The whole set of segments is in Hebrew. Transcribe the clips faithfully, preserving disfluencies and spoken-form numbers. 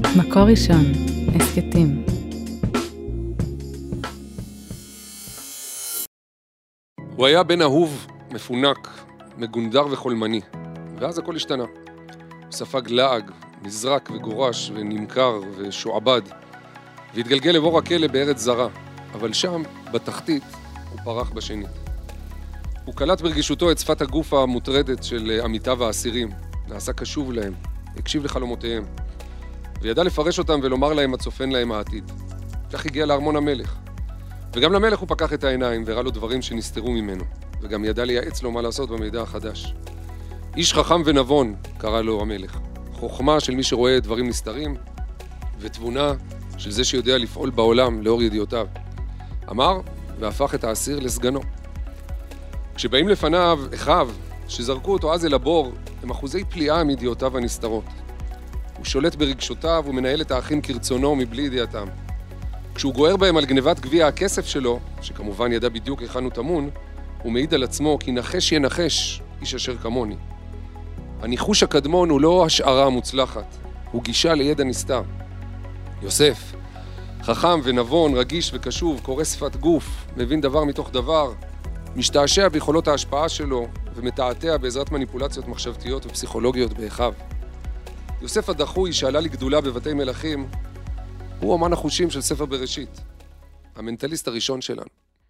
מקור ראשון, הסקטים. הוא היה בן אהוב, מפונק, מגונדר וחולמני, ואז הכל השתנה. הוא ספג לעג, נזרק וגורש ונמכר ושועבד, והתגלגל לבור הכלא בארץ זרה, אבל שם, בתחתית, הוא פרח בשנית. הוא קלט ברגישותו את שפת הגוף המוטרדת של עמיתיו האסירים, נעשה קשוב להם, הקשיב לחלומותיהם, וידע לפרש אותם ולומר להם הצופן להם העתיד. כך הגיע לארמון המלך. וגם למלך הוא פקח את העיניים והראה לו דברים שנסתרו ממנו, וגם ידע לייעץ לו מה לעשות במידע החדש. איש חכם ונבון, קרא לו המלך. חוכמה של מי שרואה דברים נסתרים, ותבונה של זה שיודע לפעול בעולם לאור ידיעותיו. אמר והפך את האסיר לסגנו. כשבאים לפניו אחיו, שזרקו אותו אז אל הבור, הם אחוזי פליאה מידיעותיו הנסתרות. הוא שולט ברגשותיו ומנהל את האחים כרצונו מבלי ידיעתם. כשהוא גוער בהם על גנבת גביע הכסף שלו, שכמובן ידע בדיוק היכן הוא טמון, הוא מעיד על עצמו כי נחש ינחש איש אשר כמוני. הניחוש הקדמון הוא לא השערה המוצלחת, הוא גישה לידע נסתר. יוסף, חכם ונבון, רגיש וקשוב, קורא שפת גוף, מבין דבר מתוך דבר, משתעשע ביכולות ההשפעה שלו ומתעתע בעזרת מניפולציות מחשבתיות ופסיכולוגיות באחיו. יוסף הדחוי שעלה לגדולה בבתי מלכים, הוא אומן החושים של ספר בראשית, המנטליסט הראשון שלנו.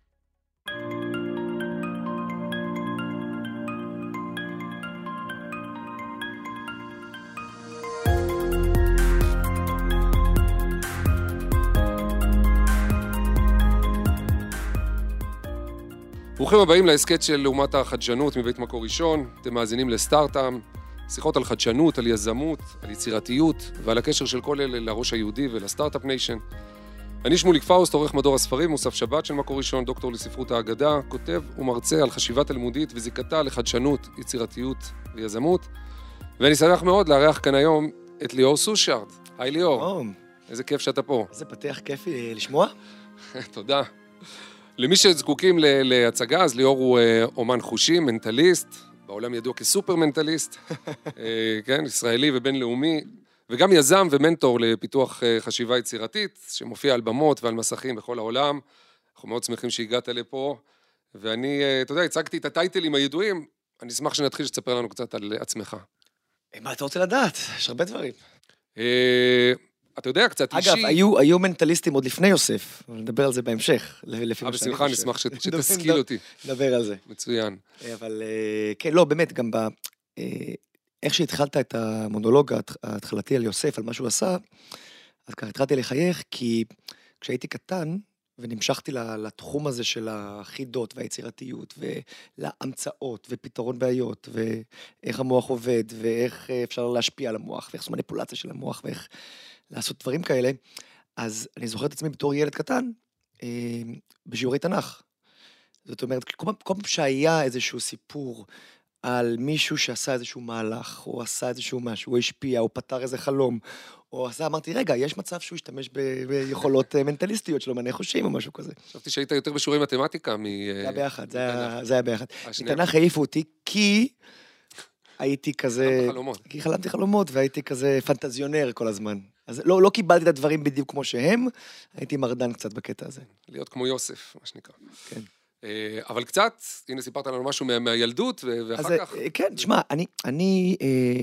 ברוכים הבאים להסקט של לעומת החדשנות מבית מקור ראשון. אתם מאזינים לסטארט-אפ, שיחות על חדשנות, על יזמות, על יצירתיות ועל הקשר של כל אלה לראש היהודי ולסטארט-אפ ניישן. אני שמוליק פאוסט, עורך מדור הספרים, מוסף שבת של מקור ראשון, דוקטור לספרות האגדה, כותב ומרצה על חשיבה תלמודית וזיקתה לחדשנות, יצירתיות ויזמות. ואני שמח מאוד לארח כאן היום את ליאור סושארד. היי ליאור. איזה כיף שאתה פה. איזה פתח כיפי לשמוע. תודה. למי שזקוקים להצגה, אז ליאור הוא אומן חושים, מנטליסט, בעולם ידוע כסופר מנטליסט, כן, ישראלי ובינלאומי, וגם יזם ומנטור לפיתוח חשיבה יצירתית, שמופיע על במות ועל מסכים בכל העולם. אנחנו מאוד שמחים שהגעת לפה, ואני, אתה יודע, הצגתי את הטייטלים הידועים, אני אשמח שנתחיל שתספר לנו קצת על עצמך. מה אתה רוצה לדעת? יש הרבה דברים. אתה יודע, קצת אישי. אגב, היו, היו מנטליסטים עוד לפני יוסף, נדבר על זה בהמשך. בשמחה, נשמח שתשכיל אותי. נדבר על זה. מצוין. אבל כן, לא, באמת, גם ב... איך שהתחלת את המונולוג ההתחלתי על יוסף, על מה שהוא עשה, אז ככה התחלתי לחייך, כי כשהייתי קטן, ונמשכתי לתחום הזה של החידות והיצירתיות, ולהמצאות ופתרון בעיות, ואיך המוח עובד, ואיך אפשר להשפיע על המוח, ואיך זו מניפולציה של המוח, ואיך לעשות דברים כאלה, אז אני זוכר את עצמי בתור ילד קטן, בשיעורי תנ"ך. זאת אומרת, כל פעם שהיה איזשהו סיפור על מישהו שעשה איזשהו מהלך, או עשה איזשהו משהו, או השפיע, או פתר איזה חלום, או עשה, אמרתי, רגע, יש מצב שהוא ישתמש ביכולות מנטליסטיות שלו, מנה חושים או משהו כזה. חשבתי שהיית יותר בשיעורי מתמטיקה מ... זה היה ביחד, זה היה ביחד. מתנ"ך העיפו אותי, כי הייתי כזה... כי חלמתי חלומות, והייתי כזה פנטזיונר כל הזמן. אז לא, לא קיבלתי את הדברים בדיוק כמו שהם, הייתי מרדן קצת בקטע הזה. להיות כמו יוסף, מה שנקרא. כן. אבל קצת, הנה סיפרת לנו משהו מהילדות, ואחר כך... כן, תשמע, אני, אני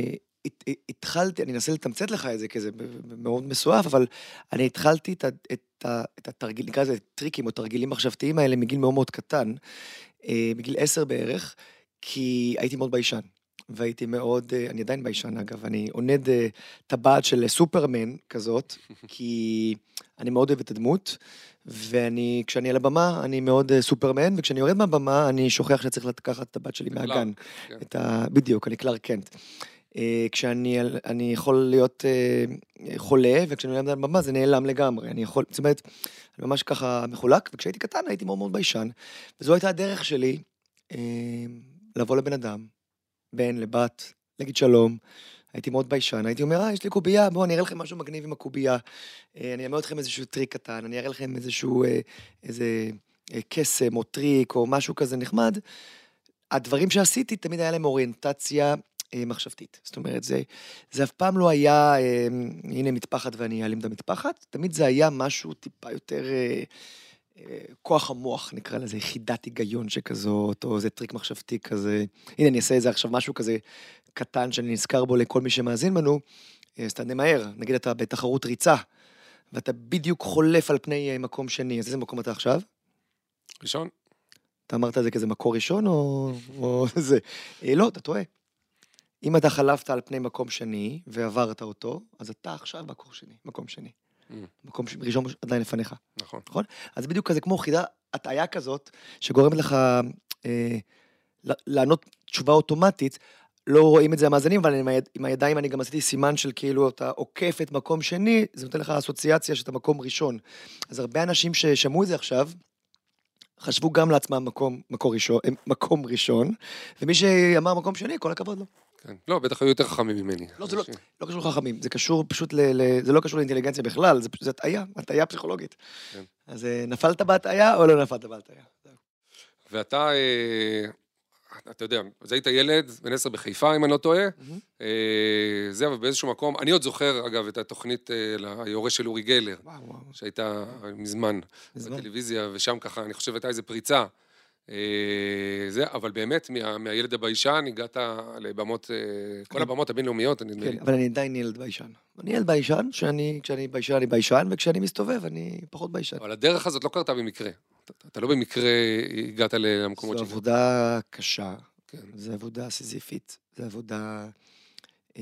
התחלתי, אני אנסה לתמצת לך את זה, כי זה מאוד מסועף, אבל אני התחלתי את התרגיל, נקרא לזה טריקים או תרגילים מחשבתיים האלה מגיל מאוד מאוד קטן, בגיל עשר בערך, כי הייתי מאוד ביישן. והייתי מאוד, אני עדיין ביישן אגב, אני עונד טבעת של סופרמן כזאת, כי אני מאוד אוהב את הדמות, ואני, כשאני על הבמה, אני מאוד סופרמן, וכשאני יורד מהבמה, אני שוכח שצריך לקחת את הטבעת שלי מהגן. את ה... בדיוק, אני קלארק קנט. כשאני אני יכול להיות חולה, וכשאני עולה על הבמה, זה נעלם לגמרי. אני יכול, זאת אומרת, אני ממש ככה מחולק, וכשהייתי קטן, הייתי מאוד מאוד ביישן, וזו הייתה הדרך שלי לבוא לבן אדם, בן, לבת, להגיד שלום, הייתי מאוד ביישן, הייתי אומר, אה, יש לי קובייה, בואו, אני אראה לכם משהו מגניב עם הקובייה, אני אראה אתכם איזשהו טריק קטן, אני אראה לכם איזשהו, איזה קסם או טריק או משהו כזה נחמד. הדברים שעשיתי תמיד היה להם אוריינטציה אה, מחשבתית. זאת אומרת, זה, זה אף פעם לא היה, אה, הנה מטפחת ואני אעלים את המטפחת, תמיד זה היה משהו טיפה יותר אה, אה, כוח המוח, נקרא לזה, יחידת היגיון שכזאת, או איזה טריק מחשבתי כזה. הנה, אני אעשה את זה עכשיו משהו כזה קטן שאני נזכר בו לכל מי שמאזין בנו, אז אתה נמהר, נגיד אתה בתחרות ריצה, ואתה בדיוק חולף על פני אה, מקום שני, אז איזה מקום אתה עכשיו? ראשון? אתה אמרת זה כזה מקור ראשון, או, או זה? אה, לא, אתה טועה. אם אתה חלפת על פני מקום שני, ועברת אותו, אז אתה עכשיו מקור שני, מקום שני. Mm, מקום ש- ראשון עדיין לפניך, נכון. נכון? אז בדיוק כזה כמו חידה, הטעיה כזאת, שגורמת לך אה, ל- לענות תשובה אוטומטית, לא רואים את זה המאזנים, אבל עם, היד, עם הידיים אני גם עשיתי סימן של כאילו אתה עוקף את מקום שני, זה נותן לך אסוציאציה שאתה מקום ראשון. אז הרבה אנשים ששמעו את זה עכשיו, חשבו גם לעצמם מקום, מקור ראשון, אה, מקום ראשון, ומי שאמר מקום שני, כל הכבוד לו. כן. לא, בטח היו יותר חכמים ממני. לא, זה לא, לא קשור לחכמים, זה קשור פשוט ל... ל זה לא קשור לאינטליגנציה בכלל, זה, זה הטעיה, הטעיה פסיכולוגית. כן. אז אה, נפלת בהטעיה או לא נפלת בהטעיה? ואתה, אה, אתה יודע, אז היית ילד, בן עשר בחיפה, אם אני לא טועה. אה, זה, אבל באיזשהו מקום, אני עוד זוכר, אגב, את התוכנית אה, ליורש של אורי גלר, וואו, וואו. שהייתה מזמן מזמן. בטלוויזיה, ושם ככה, אני חושב, הייתה איזו פריצה. אה, זה, אבל באמת, מה, מהילד הביישן, הגעת לבמות, אה, כל הבמות הבינלאומיות, נדמה לי. כן, אבל אני עדיין ילד ביישן. אני ילד ביישן, שאני, כשאני ביישן אני ביישן, וכשאני מסתובב אני פחות ביישן. אבל הדרך הזאת לא קרתה במקרה. אתה, אתה לא במקרה הגעת למקומות זו שלך. עבודה קשה, כן. זו עבודה סיזיפית, זו עבודה... אה,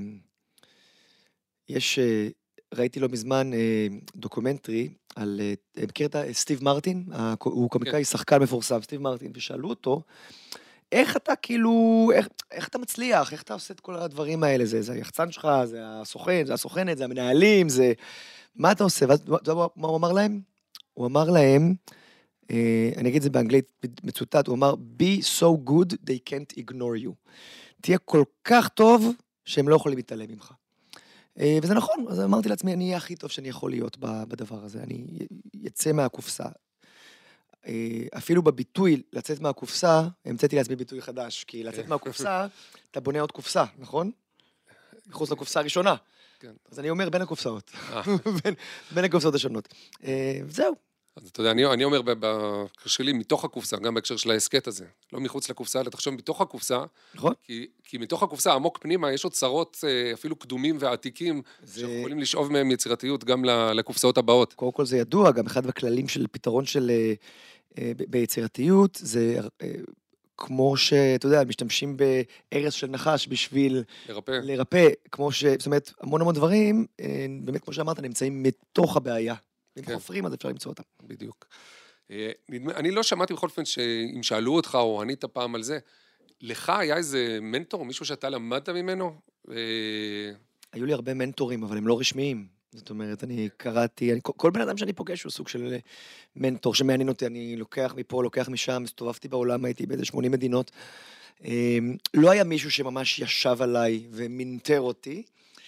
יש, אה, ראיתי לא מזמן אה, דוקומנטרי על, אה, מכיר את סטיב מרטין? הקו- הוא קומיקאי, שחקן מפורסם, סטיב מרטין, ושאלו אותו, איך אתה כאילו, איך, איך אתה מצליח, איך אתה עושה את כל הדברים האלה, זה, זה היחצן שלך, זה הסוכן, זה הסוכנת, זה המנהלים, זה... מה אתה עושה? ואז, אתה יודע מה הוא אמר להם? הוא אמר להם, אה, אני אגיד את זה באנגלית מצוטט, הוא אמר, be so good they can't ignore you. תהיה כל כך טוב שהם לא יכולים להתעלם ממך. אה, וזה נכון, אז אמרתי לעצמי, אני אהיה הכי טוב שאני יכול להיות ב- בדבר הזה, אני יצא מהקופסה. אה, אפילו בביטוי לצאת מהקופסה, המצאתי לעצמי ביטוי חדש, כי לצאת מהקופסה, אתה בונה עוד קופסה, נכון? מחוץ לקופסה הראשונה. כן. אז אני אומר בין הקופסאות, אה. בין, בין הקופסאות השונות. אה, זהו. אז אתה יודע, אני, אני אומר בהקשר שלי, מתוך הקופסה, גם בהקשר של ההסקט הזה. לא מחוץ לקופסה, אלא תחשוב מתוך הקופסה, נכון? כי, כי מתוך הקופסה, עמוק פנימה, יש אוצרות אה, אפילו קדומים ועתיקים, זה- שאנחנו יכולים לשאוב מהם יצירתיות גם ל- לקופסאות הבאות. קודם כל זה ידוע, גם אחד הכללים של פתרון של אה, אה, ב- ביצירתיות, זה אה, כמו שאתה יודע, משתמשים בארץ של נחש בשביל לרפא. לרפא, כמו ש... זאת אומרת, המון המון דברים, אה, באמת, כמו שאמרת, נמצאים מתוך הבעיה. אם כן. חופרים, אז אפשר למצוא אותם. בדיוק. אה, נדמה, אני לא שמעתי בכל אופן שאם שאלו אותך או ענית פעם על זה, לך היה איזה מנטור, מישהו שאתה למדת ממנו? אה, היו לי הרבה מנטורים, אבל הם לא רשמיים. זאת אומרת, אני קראתי, אני, כל, כל בן אדם שאני פוגש הוא סוג של מנטור שמעניין אותי, אני לוקח מפה, לוקח משם, הסתובבתי בעולם, הייתי באיזה שמונים מדינות. אה, לא היה מישהו שממש ישב עליי ומינטר אותי,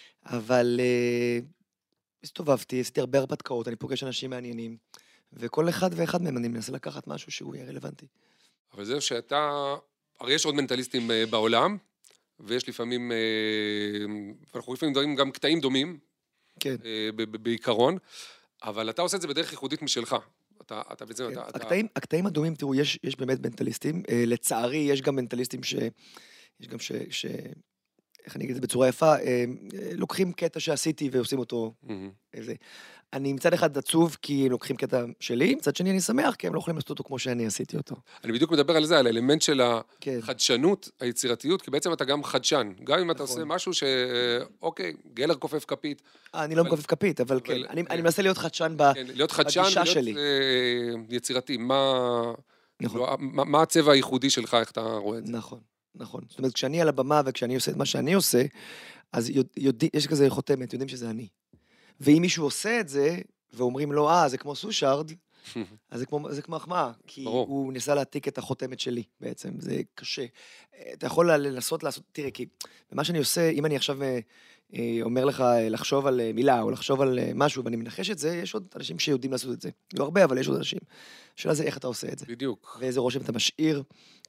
אבל אה, הסתובבתי, עשיתי הרבה הרפתקאות, אני פוגש אנשים מעניינים, וכל אחד ואחד מהם אני מנסה לקחת משהו שהוא יהיה רלוונטי. אבל זהו שאתה, הרי יש עוד מנטליסטים אה, בעולם, ויש לפעמים, אה, ואנחנו לפעמים דברים גם קטעים דומים, כן. אה, ב- ב- בעיקרון, אבל אתה עושה את זה בדרך ייחודית משלך. אתה, אתה בעצם, כן. אתה, אתה, הקטעים, הקטעים הדומים, תראו, יש, יש באמת מנטליסטים, אה, לצערי יש גם מנטליסטים ש... יש גם ש... ש... איך אני אגיד את זה בצורה יפה, אה, אה, לוקחים קטע שעשיתי ועושים אותו מהמם. איזה. אני מצד אחד עצוב כי הם לוקחים קטע שלי, מצד שני אני שמח כי הם לא יכולים לעשות אותו כמו שאני עשיתי אותו. אני בדיוק מדבר על זה, על האלמנט של כן. החדשנות, היצירתיות, כי בעצם אתה גם חדשן. גם אם אתה נכון. עושה משהו ש... אוקיי, גלר כופף כפית, אה, אני לא אבל- מכופף כפית, אבל כן, אבל- אני כן. אני מנסה להיות חדשן ב... כן, להיות חדשן בגישה ולהיות שלי. אה, יצירתי. מה, נכון. לא, מה, מה הצבע הייחודי שלך, איך אתה רואה את זה? נכון, נכון. זאת אומרת, כשאני על הבמה וכשאני עושה את מה שאני עושה, אז יודע, יודע, יש כזה חותמת, יודעים שזה אני. ואם מישהו עושה את זה, ואומרים לו, אה, זה כמו סושארד, אז זה כמו, זה כמו החמאה, כי ברור. הוא ניסה להעתיק את החותמת שלי בעצם, זה קשה. אתה יכול לנסות לעשות, תראה, כי במה שאני עושה, אם אני עכשיו אה, אה, אומר לך אה, לחשוב על אה, מילה, או לחשוב על אה, משהו, ואני מנחש את זה, יש עוד אנשים שיודעים לעשות את זה. לא הרבה, אבל יש עוד אנשים. השאלה זה איך אתה עושה את זה. בדיוק. ואיזה רושם אתה משאיר,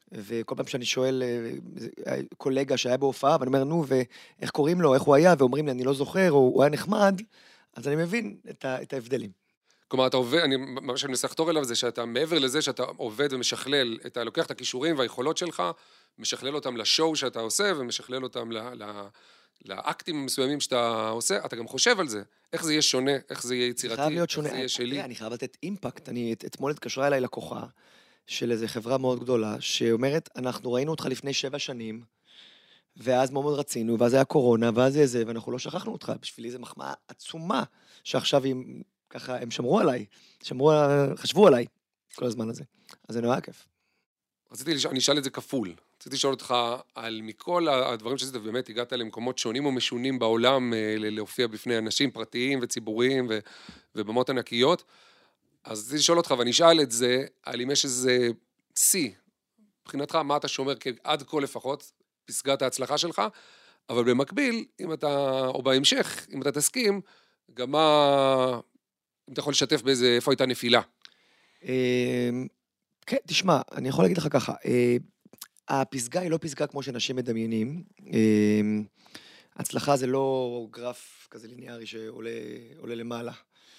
וכל פעם שאני שואל קולגה שהיה בהופעה, ואני אומר, נו, ואיך קוראים לו, איך הוא היה, ואומרים לי, אני לא זוכר, או הוא היה נחמד, אז אני מבין את, ה, את ההבדלים. כלומר, אתה עובד, אני, מה שאני מנסה לחתור אליו זה שאתה, מעבר לזה שאתה עובד ומשכלל, אתה לוקח את הכישורים והיכולות שלך, משכלל אותם לשואו שאתה עושה, ומשכלל אותם ל, ל, לאקטים המסוימים שאתה עושה, אתה גם חושב על זה, איך זה יהיה שונה, איך זה יהיה יצירתי, חייב להיות איך שונה. זה יהיה שלי. אני חייב לתת אימפקט, אני את, אתמול התקשרה אליי לקוחה, של איזו חברה מאוד גדולה, שאומרת, אנחנו ראינו אותך לפני שבע שנים, ואז מאוד מאוד רצינו, ואז היה קורונה, ואז זה זה, ואנחנו לא שכחנו אותך, בשבילי זה מחמאה עצומה, שעכשיו הם, ככה, הם שמרו עליי, שמרו, חשבו עליי, כל הזמן הזה. אז זה נורא כיף. רציתי לשאול, אני אשאל את זה כפול. רציתי לשאול אותך על מכל הדברים שעשית, ובאמת הגעת למקומות שונים ומשונים בעולם, להופיע בפני אנשים פרטיים וציבוריים ו, ובמות ענקיות. אז רציתי לשאול אותך, ואני אשאל את זה, על אם יש איזה סי, מבחינתך, מה אתה שומר עד כה לפחות, פסגת ההצלחה שלך, אבל במקביל, אם אתה, או בהמשך, אם אתה תסכים, גם מה, אם אתה יכול לשתף באיזה, איפה הייתה נפילה. כן, תשמע, אני יכול להגיד לך ככה, הפסגה היא לא פסגה כמו שאנשים מדמיינים, הצלחה זה לא גרף כזה ליניארי שעולה למעלה,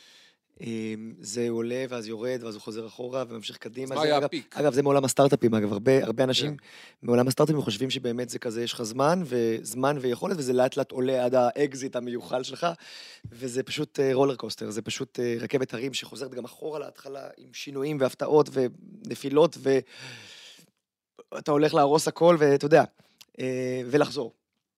זה עולה ואז יורד ואז הוא חוזר אחורה וממשיך קדימה. אז מה היה הפיק? אגב, זה מעולם הסטארט-אפים, אגב, הרבה, הרבה אנשים מעולם הסטארט-אפים חושבים שבאמת זה כזה, יש לך זמן וזמן ויכולת, וזה לאט לאט עולה עד האקזיט המיוחל שלך, וזה פשוט רולר קוסטר, זה פשוט רכבת הרים שחוזרת גם אחורה להתחלה עם שינויים והפתעות ונפילות, ואתה הולך להרוס הכל ואתה יודע, ולחזור.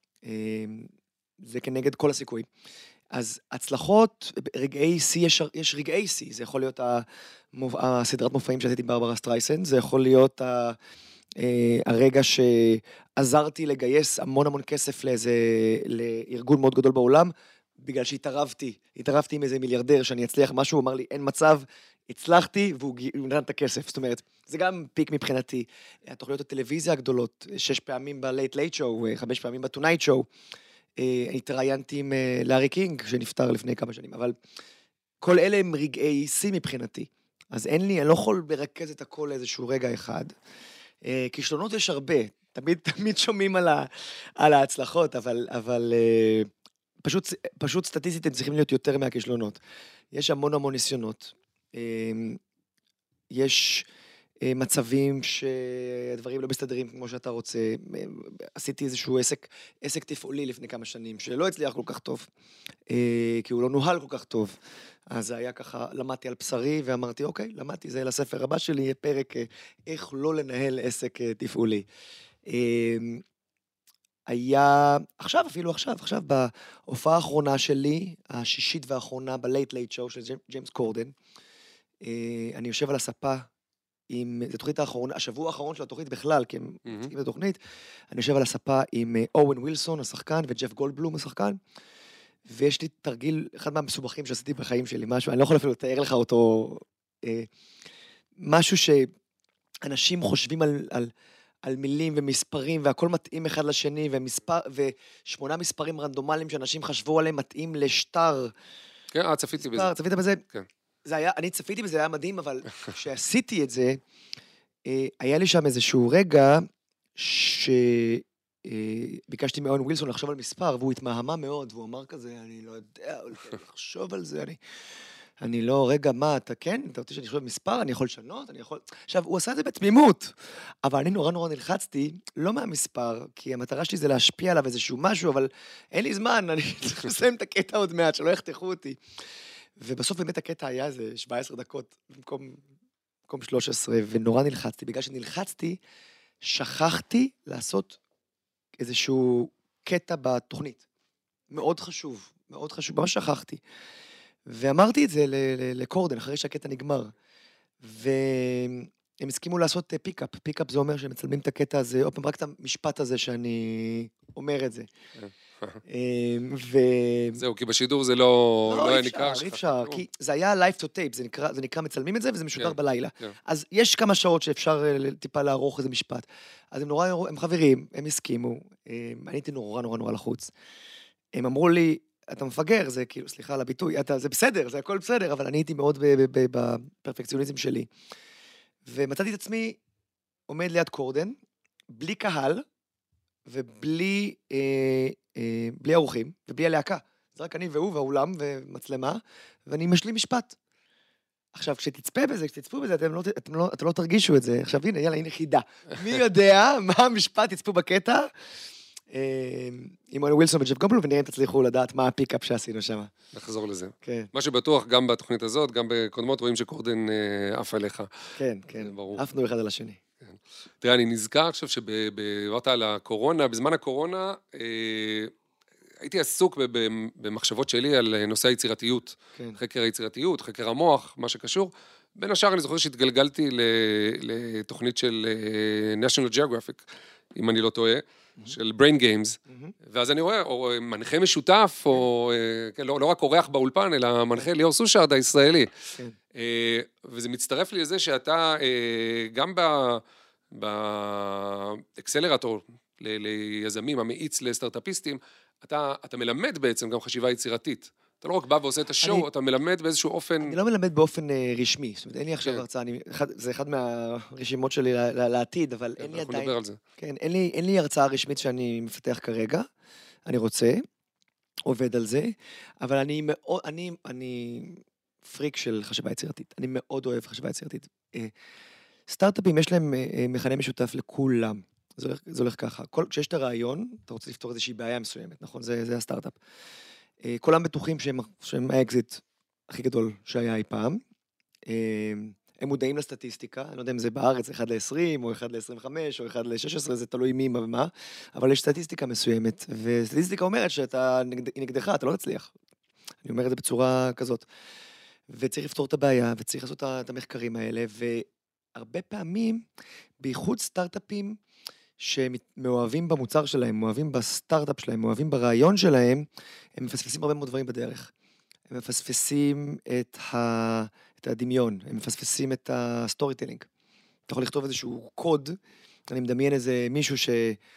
זה כנגד כל הסיכויים. אז הצלחות, רגעי C, יש, יש רגעי C, זה יכול להיות המוב, הסדרת מופעים שעשיתי עם ברברה סטרייסנד, זה יכול להיות ה, הרגע שעזרתי לגייס המון המון כסף לאיזה, לארגון מאוד גדול בעולם, בגלל שהתערבתי, התערבתי עם איזה מיליארדר שאני אצליח משהו, הוא אמר לי, אין מצב, הצלחתי, והוא נתן את הכסף, זאת אומרת, זה גם פיק מבחינתי, התוכניות הטלוויזיה הגדולות, שש פעמים ב-Late Late Show, חמש פעמים ב-Tonight Show, התראיינתי עם לארי קינג, שנפטר לפני כמה שנים, אבל כל אלה הם רגעי C מבחינתי. אז אין לי, אני לא יכול לרכז את הכל לאיזשהו רגע אחד. כישלונות יש הרבה, תמיד, תמיד שומעים על, ה, על ההצלחות, אבל, אבל פשוט, פשוט סטטיסטית הם צריכים להיות יותר מהכישלונות. יש המון המון ניסיונות. יש מצבים שהדברים לא מסתדרים כמו שאתה רוצה. עשיתי איזשהו עסק, עסק תפעולי לפני כמה שנים, שלא הצליח כל כך טוב, כי הוא לא נוהל כל כך טוב. אז זה היה ככה, למדתי על בשרי, ואמרתי, אוקיי, למדתי, זה לספר הבא שלי, יהיה פרק איך לא לנהל עסק תפעולי. היה, עכשיו, אפילו עכשיו, עכשיו, בהופעה האחרונה שלי, השישית והאחרונה, ב-Late Late Show של ג'יימס קורדן, אני יושב על הספה, עם, זו תוכנית האחרונה, השבוע האחרון של התוכנית בכלל, כי הם מתאים את התוכנית, אני יושב על הספה עם אוון ווילסון, השחקן, וג'ף גולדבלום, השחקן, ויש לי תרגיל, אחד מהמסובכים שעשיתי בחיים שלי, משהו, אני לא יכול אפילו לתאר לך אותו, אה, משהו שאנשים חושבים על, על, על מילים ומספרים, והכל מתאים אחד לשני, ומספר, ושמונה מספרים רנדומליים שאנשים חשבו עליהם, מתאים לשטר. כן, אה, צפיתי בזה. צפית בזה? כן. זה היה, אני צפיתי בזה, היה מדהים, אבל כשעשיתי את זה, היה לי שם איזשהו רגע שביקשתי מאון ווילסון לחשוב על מספר, והוא התמהמה מאוד, והוא אמר כזה, אני לא יודע, לחשוב על זה, אני, אני לא, רגע, מה, אתה כן? אתה רוצה שאני חושב על מספר? אני יכול לשנות? אני יכול... עכשיו, הוא עשה את זה בתמימות, אבל אני נורא נורא נלחצתי, לא מהמספר, כי המטרה שלי זה להשפיע עליו איזשהו משהו, אבל אין לי זמן, אני צריך לסיים את הקטע עוד מעט, שלא יחתכו אותי. ובסוף באמת הקטע היה איזה שבע עשרה דקות במקום, במקום שלוש עשרה, ונורא נלחצתי. בגלל שנלחצתי, שכחתי לעשות איזשהו קטע בתוכנית. מאוד חשוב, מאוד חשוב, ממש שכחתי. ואמרתי את זה לקורדן, אחרי שהקטע נגמר. והם הסכימו לעשות פיקאפ. פיקאפ זה אומר שהם מצלמים את הקטע הזה, או פעם רק את המשפט הזה שאני אומר את זה. זהו, כי בשידור זה לא היה ניכר. אי אפשר, כי זה היה live to tape, זה נקרא מצלמים את זה, וזה משודר בלילה. אז יש כמה שעות שאפשר טיפה לערוך איזה משפט. אז הם נורא, הם חברים, הם הסכימו, אני הייתי נורא נורא נורא לחוץ. הם אמרו לי, אתה מפגר, זה כאילו, סליחה על הביטוי, זה בסדר, זה הכל בסדר, אבל אני הייתי מאוד בפרפקציוניזם שלי. ומצאתי את עצמי, עומד ליד קורדן, בלי קהל, ובלי אה, אה, בלי אורחים, ובלי הלהקה. זה רק אני והוא והאולם ומצלמה, ואני משלים משפט. עכשיו, כשתצפה בזה, כשתצפו בזה, אתם לא, אתם לא, אתם לא תרגישו את זה. עכשיו, הנה, יאללה, הנה חידה. מי יודע מה המשפט, תצפו בקטע, עם אוהן ווילסון וג'ף גולדבלום, ונראה אם תצליחו לדעת מה הפיקאפ שעשינו שם. נחזור לזה. כן. מה שבטוח, גם בתוכנית הזאת, גם בקודמות, רואים שקורדן עף עליך. כן, כן. ברור. עפנו אחד על השני. תראה, אני נזכר עכשיו שבאת על הקורונה, בזמן הקורונה, הייתי עסוק במחשבות שלי על נושא היצירתיות, חקר היצירתיות, חקר המוח, מה שקשור. בין השאר אני זוכר שהתגלגלתי לתוכנית של National Geographic, אם אני לא טועה, של Brain Games, ואז אני רואה, או מנחה משותף, או לא רק אורח באולפן, אלא מנחה ליאור סושרד הישראלי. וזה מצטרף לי לזה שאתה גם באקסלרטור ליזמים, המאיץ לסטארט-אפיסטים, אתה, אתה מלמד בעצם גם חשיבה יצירתית. אתה לא רק בא ועושה את השואו, אני, אתה מלמד באיזשהו אופן... אני לא מלמד באופן uh, רשמי, זאת אומרת, אין לי עכשיו הרצאה, אני, אחד, זה אחד מהרשימות שלי לעתיד, אבל אין לי עדיין... אנחנו נדבר על זה. כן, אין לי, אין לי הרצאה רשמית שאני מפתח כרגע, אני רוצה, עובד על זה, אבל אני מאוד, אני, אני פריק של חשיבה יצירתית, אני מאוד אוהב חשיבה יצירתית. סטארט-אפים יש להם מכנה משותף לכולם. זה הולך, זה הולך ככה. כל, כשיש את הרעיון, אתה רוצה לפתור איזושהי בעיה מסוימת, נכון? זה, זה הסטארט-אפ. כולם בטוחים שהם, שהם האקזיט הכי גדול שהיה אי פעם. הם מודעים לסטטיסטיקה, אני לא יודע אם זה בארץ, אחד ל-עשרים, או אחד ל-עשרים וחמש, או אחד ל-שש עשרה, זה תלוי מי ומה, אבל יש סטטיסטיקה מסוימת, וסטטיסטיקה אומרת שאתה נגדך, אתה לא תצליח. אני אומר את זה בצורה כזאת. וצריך לפתור את הבעיה, וצריך לעשות את המחקרים האלה, והרבה פעמים, בייחוד סטארט-אפים, שמאוהבים במוצר שלהם, מאוהבים בסטארט-אפ שלהם, מאוהבים ברעיון שלהם, הם מפספסים הרבה מאוד דברים בדרך. הם מפספסים את, ה... את הדמיון, הם מפספסים את הסטורי טלינג. אתה יכול לכתוב איזשהו קוד, אני מדמיין איזה מישהו ש...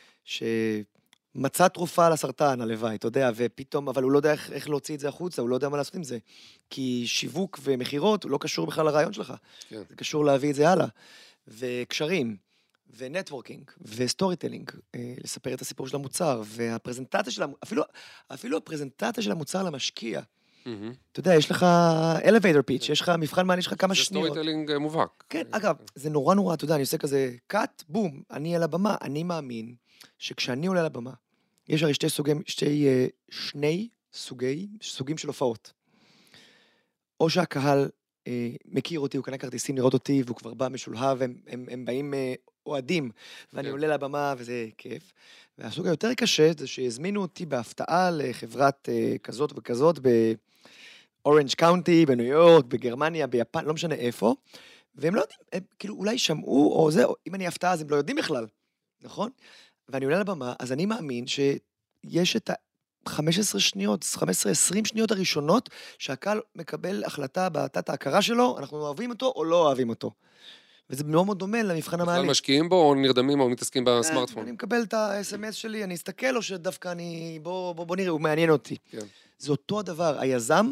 שמצא תרופה לסרטן, הלוואי, אתה יודע, ופתאום, אבל הוא לא יודע איך, איך להוציא את זה החוצה, הוא לא יודע מה לעשות עם זה. כי שיווק ומחירות, הוא לא קשור בכלל לרעיון שלך. כן. זה קשור להביא את זה הלאה. וקשרים. ונטוורקינג, וסטורי טלינג, לספר את הסיפור של המוצר, והפרזנטציה של המוצר, אפילו, אפילו הפרזנטציה של המוצר למשקיע. אתה יודע, יש לך elevator pitch, יש לך מבחן מעניין, יש לך כמה שניות. זה סטורי טלינג מובהק. כן, אגב, זה נורא נורא, אתה יודע, אני עושה כזה קאט, בום, אני על הבמה, אני מאמין שכשאני עולה על הבמה, יש הרי שתי סוגים, שתי, שני סוגי, סוגים של הופעות. או שהקהל מכיר אותי, הוא קנה כרטיסים לראות אותי, והוא כבר בא משולהב, הם, הם, הם באים אוהדים, ואני עולה לבמה, וזה כיף. והסוג היותר קשה, זה שהזמינו אותי בהפתעה לחברת כזאת וכזאת, באורנג' קאונטי, בניו יורק, בגרמניה, ביפן, לא משנה איפה, והם לא יודעים, הם כאילו אולי שמעו, או זה, או אם אני הפתעה, אז הם לא יודעים בכלל, נכון? ואני עולה לבמה, אז אני מאמין שיש את ה-חמש עשרה שניות, חמש עשרה עשרים שניות הראשונות, שהקהל מקבל החלטה בתת ההכרה שלו, אנחנו אוהבים אותו או לא אוהבים אותו. וזה מאוד מאוד דומה למבחן המעלי. בכלל משקיעים בו או נרדמים או מתעסקים בסמארטפון? אני מקבל את ה-אס אם אס שלי, אני אסתכל או שדווקא אני, בוא, בוא, בוא נראה, הוא מעניין אותי. כן. זה אותו הדבר, היזם,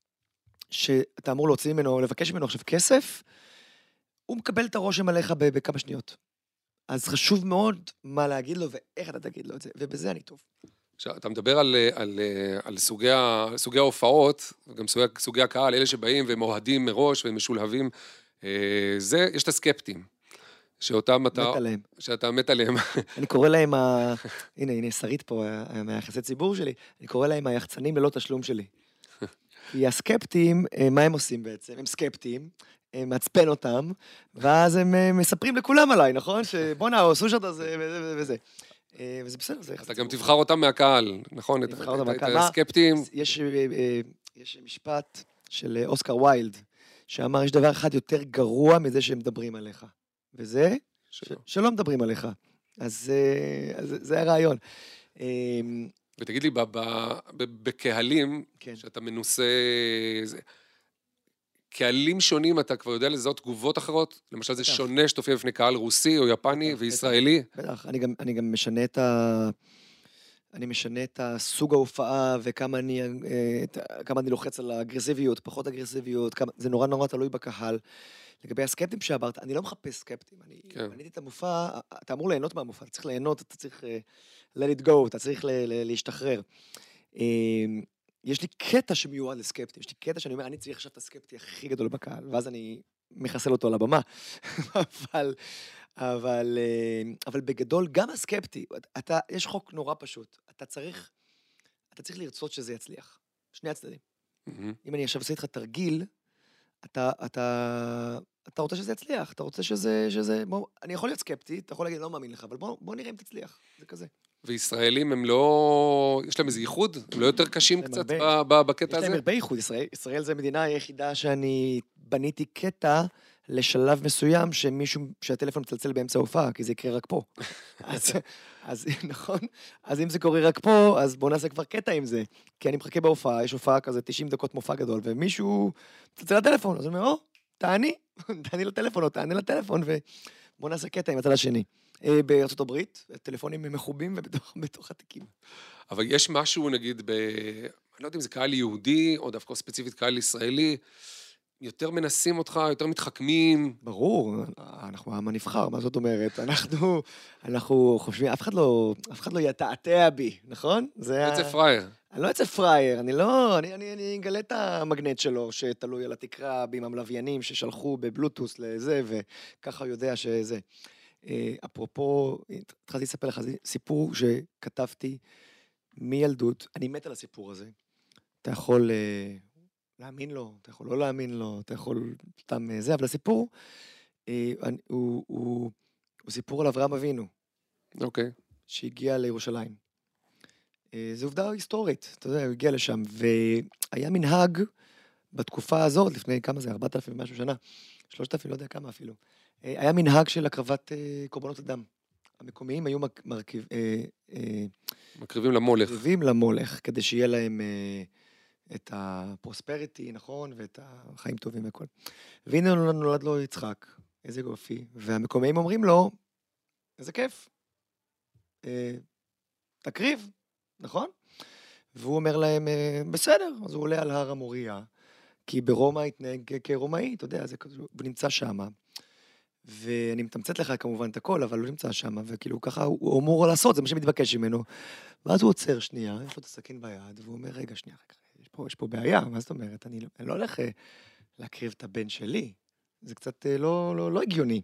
שאתה אמור להוציא ממנו, או לבקש ממנו עכשיו כסף, הוא מקבל את הרושם עליך בכמה שניות. אז חשוב מאוד מה להגיד לו ואיך אתה תגיד לו את זה, ובזה אני טוב. עכשיו, אתה מדבר על, על, על סוגי, סוגי ההופעות, וגם סוגי, סוגי הקהל, אלה שבאים ומוהדים מראש ומשולהבים, זה, יש את הסקפטים, שאותם אתה... מת עליהם. שאתה מת עליהם. אני קורא להם, ה... הנה, הנה, שרית פה, מהיחסי ציבור שלי, אני קורא להם היחצנים ללא תשלום שלי. כי הסקפטים, מה הם עושים בעצם? הם סקפטים, הם מעצפן אותם, ואז הם מספרים לכולם עליי, נכון? שבוא נע, עשו שאת הזה וזה. וזה בסדר, זה... אתה גם תבחר אותם מהקהל, נכון? תבחר אותם מהקהל. את הסקפטים. יש משפט של אוסקר ויילד, שאמר, יש דבר אחד יותר גרוע מזה שהם מדברים עליך. וזה, שלא מדברים עליך. אז זה הרעיון. ותגיד לי, בקהלים, שאתה מנוסה... קהלים שונים, אתה כבר יודע לזהות תגובות אחרות? למשל, זה שונה שתופיע בפני קהל רוסי או יפני וישראלי? בטח, אני גם משנה את ה... אני משנה את הסוג ההופעה, וכמה אני, אה, את- כמה אני לוחץ על האגרסיביות, פחות אגרסיביות, כמה, זה נורא נורא תלוי בקהל. לגבי הסקפטים שאמרת, אני לא מחפש סקפטים, אני כן. בניתי את המופע, אתה אמור ליהנות מהמופע, אתה צריך ליהנות, אתה צריך אה, let it go, אתה צריך ל- ל- להשתחרר. אה, יש לי קטע שמיועד לסקפטים, יש לי קטע שאני אומר, אני צריך עכשיו את הסקפטי הכי גדול בקהל, ואז אני מחסל אותו על הבמה. אבל, אבל, אה, אבל בגדול, גם הסקפטי, אתה, יש חוק נורא פשוט, אתה צריך, אתה צריך לרצות שזה יצליח. שני הצדדים. מהמם. אם אני עכשיו עושה איתך תרגיל, אתה, אתה, אתה רוצה שזה יצליח, אתה רוצה שזה, שזה, בוא, אני יכול להיות סקפטי, אתה יכול להגיד, לא מאמין לך, אבל בוא, בוא נראה אם תצליח, זה כזה. וישראלים הם לא... יש להם איזה ייחוד? הם לא יותר קשים להם קצת הרבה. ב- ב- בקטע יש להם הזה? הרבה ייחוד, ישראל, ישראל זה המדינה היחידה שאני בניתי קטע לשלב מסוים שמישהו, שהטלפון מצלצל באמצע ההופעה, כי זה יקרה רק פה. אז, אז נכון, אז אם זה קורה רק פה, אז בוא נעשה כבר קטע עם זה. כי אני מחכה בהופעה, יש הופעה כזה תשעים דקות מופע גדול, ומישהו מצלצל לטלפון, אז אני אומר, או, תעני, תעני לטלפון, או תעני לטלפון, ובוא נעשה קטע עם הצד השני. אה, בארצות הברית, טלפונים מחובים ובתוך בתוך התיקים. אבל יש משהו, נגיד, ב... אני לא יודע אם זה קהל יהודי, או דווקא ספציפית קהל ישראלי, יותר מנסים אותך, יותר מתחכמים. ברור, אנחנו העם הנבחר, מה זאת אומרת? אנחנו, אנחנו חושבים, אף אחד לא, אף אחד לא יתעתע בי, נכון? זה לא ה- יוצא פראייר. אני לא יוצא פראייר, אני לא, אני, אני, אני אגלה את המגנט שלו, שתלוי על התקרה, עם המלוויינים ששלחו בבלוטוס לזה, וככה הוא יודע שזה. אה, אפרופו, התחלתי לספר לך, זה סיפור שכתבתי מילדות, אני מת על הסיפור הזה. אתה יכול אה, להאמין לו, אתה יכול לא להאמין לו, אתה יכול סתם אה, זה, אבל הסיפור אה, אני- הוא, הוא, הוא סיפור על אברהם אבינו, אוקיי. שהגיע לירושלים. אה, זו עובדה היסטורית, אתה יודע, הוא הגיע לשם, והיה מנהג בתקופה הזאת, לפני כמה זה, ארבעת אלפים ומשהו שנה, שלושת אלפים, לא יודע כמה אפילו, אה, היה מנהג של הקרבת אה, קורבנות אדם. המקומיים היו מק- מרכיב, אה, אה, מקריבים למולך. מקריבים למולך, כדי שיהיה להם אה, את הפרוספריטי, נכון, ואת החיים טובים וכל. והנה נולד לו יצחק, איזה יופי, והמקומיים אומרים לו, איזה כיף, אה, תקריב, נכון? והוא אומר להם, אה, בסדר, אז הוא עולה על הר המוריה, כי ברומא התנהג כרומאי, אתה יודע, זה כזה, הוא נמצא שם, ואני מתמצת לך כמובן את הכל, אבל הוא נמצא שם, וכאילו ככה הוא, הוא אמור לעשות, זה מה שמתבקש ממנו. ואז הוא עוצר שנייה, יש לו את הסכין ביד, והוא אומר, רגע, שנייה, רגע, יש פה, יש פה בעיה, מה זאת אומרת? אני, לא- אני לא הולך אה, להקריב את הבן שלי, זה קצת אה, לא, לא, לא הגיוני.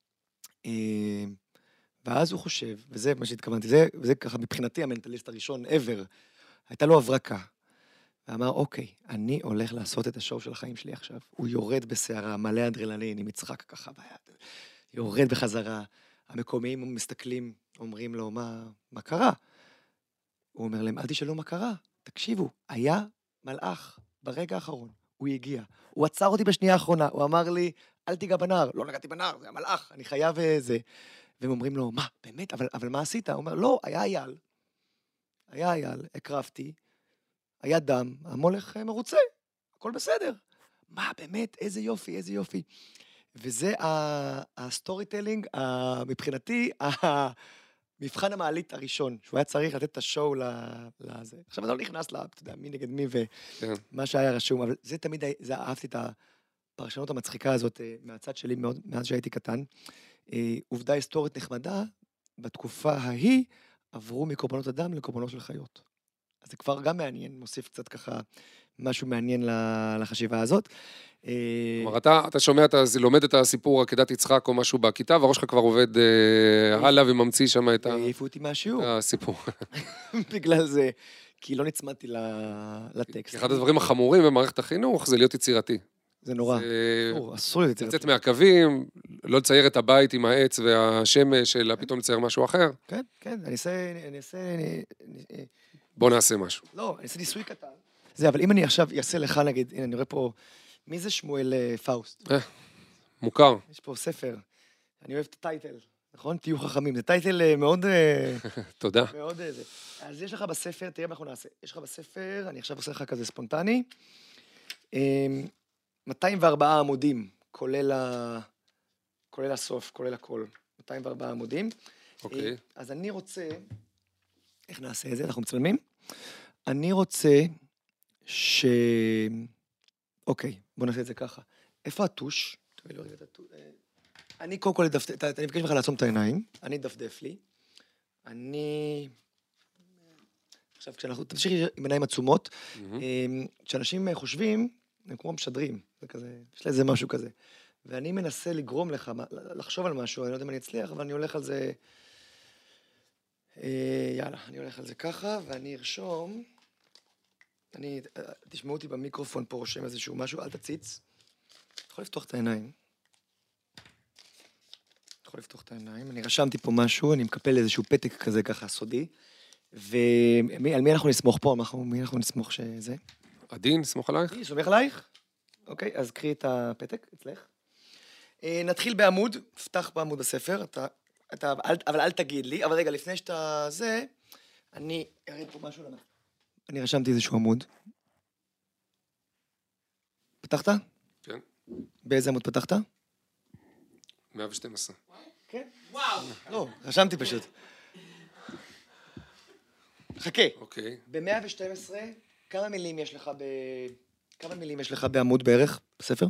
אה, ואז הוא חושב, וזה מה שהתכוונתי, זה, וזה ככה מבחינתי המנטליסט הראשון ever, הייתה לו הברקה. ואמר, אוקיי, אני הולך לעשות את השואו של החיים שלי עכשיו. הוא יורד בסערה, מלא אדרנלין, עם יצחק ככה ביד, יורד בחזרה. המקומיים מסתכלים, אומרים לו, מה, מה קרה? הוא אומר להם, אל תשאלו מה קרה, תקשיבו, היה מלאך ברגע האחרון, הוא הגיע. הוא עצר אותי בשנייה האחרונה, הוא אמר לי, אל תיגע בנהר. לא נגעתי בנהר, זה המלאך, אני חייב זה. והם אומרים לו, מה, באמת? אבל, אבל מה עשית? הוא אומר, לא, היה אייל. היה אייל, הקרבתי, היה דם, המולך אה, מרוצה, הכל בסדר. מה, באמת, איזה יופי, איזה יופי. וזה ה- הסטורי טלינג, ה- מבחינתי, המבחן המעלית הראשון, שהוא היה צריך לתת את השואו ל- לזה. עכשיו אני לא נכנס ל... אתה יודע, מי נגד מי כן. ומה שהיה רשום, אבל זה תמיד, היה- זה אהבתי את הפרשנות המצחיקה הזאת אה, מהצד שלי מאוד, מאז שהייתי קטן. אה, עובדה היסטורית נחמדה, בתקופה ההיא עברו מקורבנות אדם לקורבנות של חיות. אז זה כבר גם מעניין, מוסיף קצת ככה משהו מעניין ל- לחשיבה הזאת. אה, כלומר, אתה, אתה שומע, אתה לומד את הסיפור עקדת יצחק או משהו בכיתה, והראש שלך כבר עובד אה, הלאה וממציא שם את ה- העיפו אותי מהשיעור, את הסיפור. בגלל זה, כי לא נצמדתי ל- לטקסט. אחד הדברים החמורים במערכת החינוך זה להיות יצירתי. זה נורא, זה אסור, אסור להיות לצאת יצירתי. מהקווים, לא לצייר את הבית עם העץ והשמש, אלא פתאום לצייר משהו אחר. כן, כן, אני אעשה, אני אעשה, אני- אני- בוא נעשה משהו. לא, אני אעשה ניסוי קטן. זה, אבל אם אני עכשיו אעשה לך, נגיד, הנה, אני רואה פה, מי זה שמואל אה, פאוסט? מוכר. יש פה ספר, אני אוהב את הטייטל, נכון? תהיו חכמים, זה טייטל אה, מאוד... אה, תודה. מאוד אה, זה. אז יש לך בספר, תראה מה אנחנו נעשה. יש לך בספר, אני עכשיו עושה לך כזה ספונטני, אמ, מאתיים וארבעה עמודים, כולל ה... כולל הסוף, כולל הכל. מאתיים וארבעה עמודים. אוקיי. אה, אז אני רוצה איך נעשה את זה? אנחנו מצלמים? אני רוצה ש... אוקיי, בוא נעשה את זה ככה. איפה הטוש? תביא לי רגע את הטוש. אני קודם כל אדפדף, אני מבקש ממך לעצום את העיניים, אני אדפדף לי. אני... עכשיו, כשאנחנו, תמשיכי עם עיניים עצומות, כשאנשים חושבים, הם כמו משדרים, זה כזה, יש לזה משהו כזה. ואני מנסה לגרום לך, לחשוב על משהו, אני לא יודע אם אני אצליח, אבל אני הולך על זה... יאללה, אני הולך על זה ככה, ואני ארשום... אני... תשמעו אותי במיקרופון פה, רושם איזשהו משהו, אל תציץ. יכול לפתוח את העיניים. יכול לפתוח את העיניים. אני רשמתי פה משהו, אני מקפל איזשהו פתק כזה ככה סודי. ועל מי אנחנו נסמוך פה? מי אנחנו נסמוך שזה? עדין, נסמוך עלייך? אני סומך עלייך? אוקיי, אז קחי את הפתק, אצלך. נתחיל בעמוד, פתח בעמוד בספר, אתה, אתה, אבל אל תגיד לי, אבל רגע, לפני שאתה זה, אני אראה פה משהו למה. אני רשמתי איזשהו עמוד. פתחת? כן. באיזה עמוד פתחת? מאה ושתים עשרה. כן? וואו. לא, רשמתי פשוט. חכה. אוקיי. ב-מאה ושתים עשרה, כמה מילים יש לך ב... כמה מילים יש לך בעמוד בערך, בספר?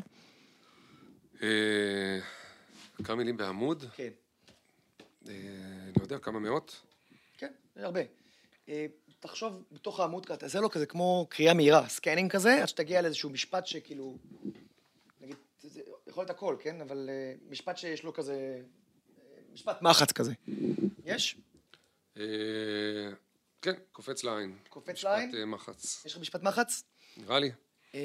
כמה מילים בעמוד? כן. לא יודע, כמה מאות? כן, זה הרבה. תחשוב בתוך העמוד, תעשה לו כזה כמו קריאה מהירה, סקנינג כזה, עד שתגיע לאיזשהו משפט שכאילו, נגיד, זה יכול להיות הכל, כן? אבל משפט שיש לו כזה, משפט מחץ כזה. יש? כן, קופץ לעין. קופץ לעין? משפט מחץ. יש לך משפט מחץ? נראה לי.